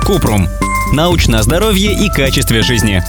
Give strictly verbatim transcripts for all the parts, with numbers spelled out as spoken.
Купрум. Научное здоровье и качестве жизни.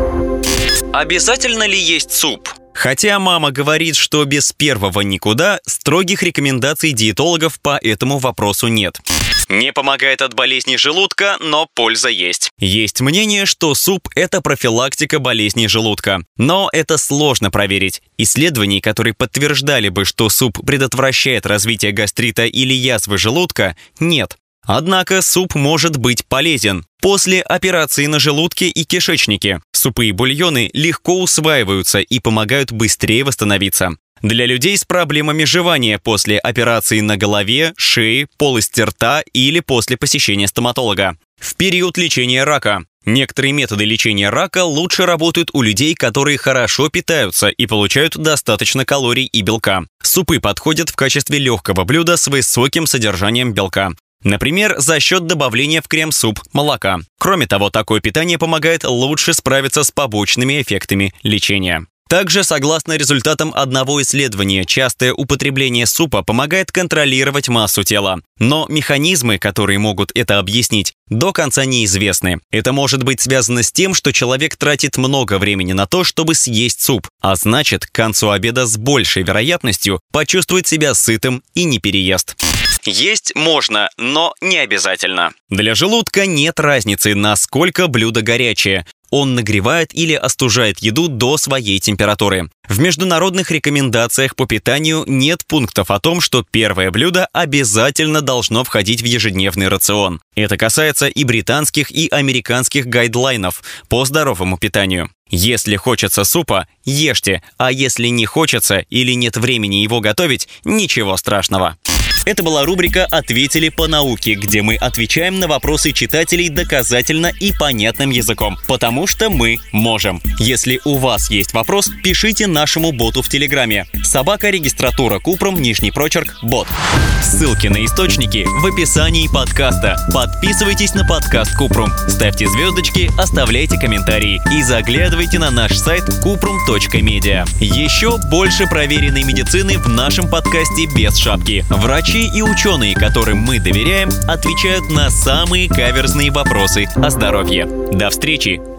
Обязательно ли есть суп? Хотя мама говорит, что без первого никуда, строгих рекомендаций диетологов по этому вопросу нет. Не помогает от болезней желудка, но польза есть. Есть мнение, что суп – это профилактика болезней желудка. Но это сложно проверить. Исследований, которые подтверждали бы, что суп предотвращает развитие гастрита или язвы желудка, нет. Однако суп может быть полезен. После операции на желудке и кишечнике супы и бульоны легко усваиваются и помогают быстрее восстановиться. Для людей с проблемами жевания после операции на голове, шее, полости рта или после посещения стоматолога. В период лечения рака. Некоторые методы лечения рака лучше работают у людей, которые хорошо питаются и получают достаточно калорий и белка. Супы подходят в качестве легкого блюда с высоким содержанием белка. Например, за счет добавления в крем-суп молока. Кроме того, такое питание помогает лучше справиться с побочными эффектами лечения. Также, согласно результатам одного исследования, частое употребление супа помогает контролировать массу тела. Но механизмы, которые могут это объяснить, до конца неизвестны. Это может быть связано с тем, что человек тратит много времени на то, чтобы съесть суп, а значит, к концу обеда с большей вероятностью почувствует себя сытым и не переест. Есть можно, но не обязательно. Для желудка нет разницы, насколько блюдо горячее. Он нагревает или остужает еду до своей температуры. В международных рекомендациях по питанию нет пунктов о том, что первое блюдо обязательно должно входить в ежедневный рацион. Это касается и британских, и американских гайдлайнов по здоровому питанию. Если хочется супа, ешьте, а если не хочется или нет времени его готовить, ничего страшного. Это была рубрика «Ответили по науке», где мы отвечаем на вопросы читателей доказательно и понятным языком, потому что мы можем. Если у вас есть вопрос, пишите нашему боту в Телеграме. Собака регистратура Купрум, нижний прочерк, бот. Ссылки на источники в описании подкаста. Подписывайтесь на подкаст Купрум, ставьте звездочки, оставляйте комментарии и заглядывайте на наш сайт купрум точка медиа. Еще больше проверенной медицины в нашем подкасте без шапки. Врачи и ученые, которым мы доверяем, отвечают на самые каверзные вопросы о здоровье. До встречи!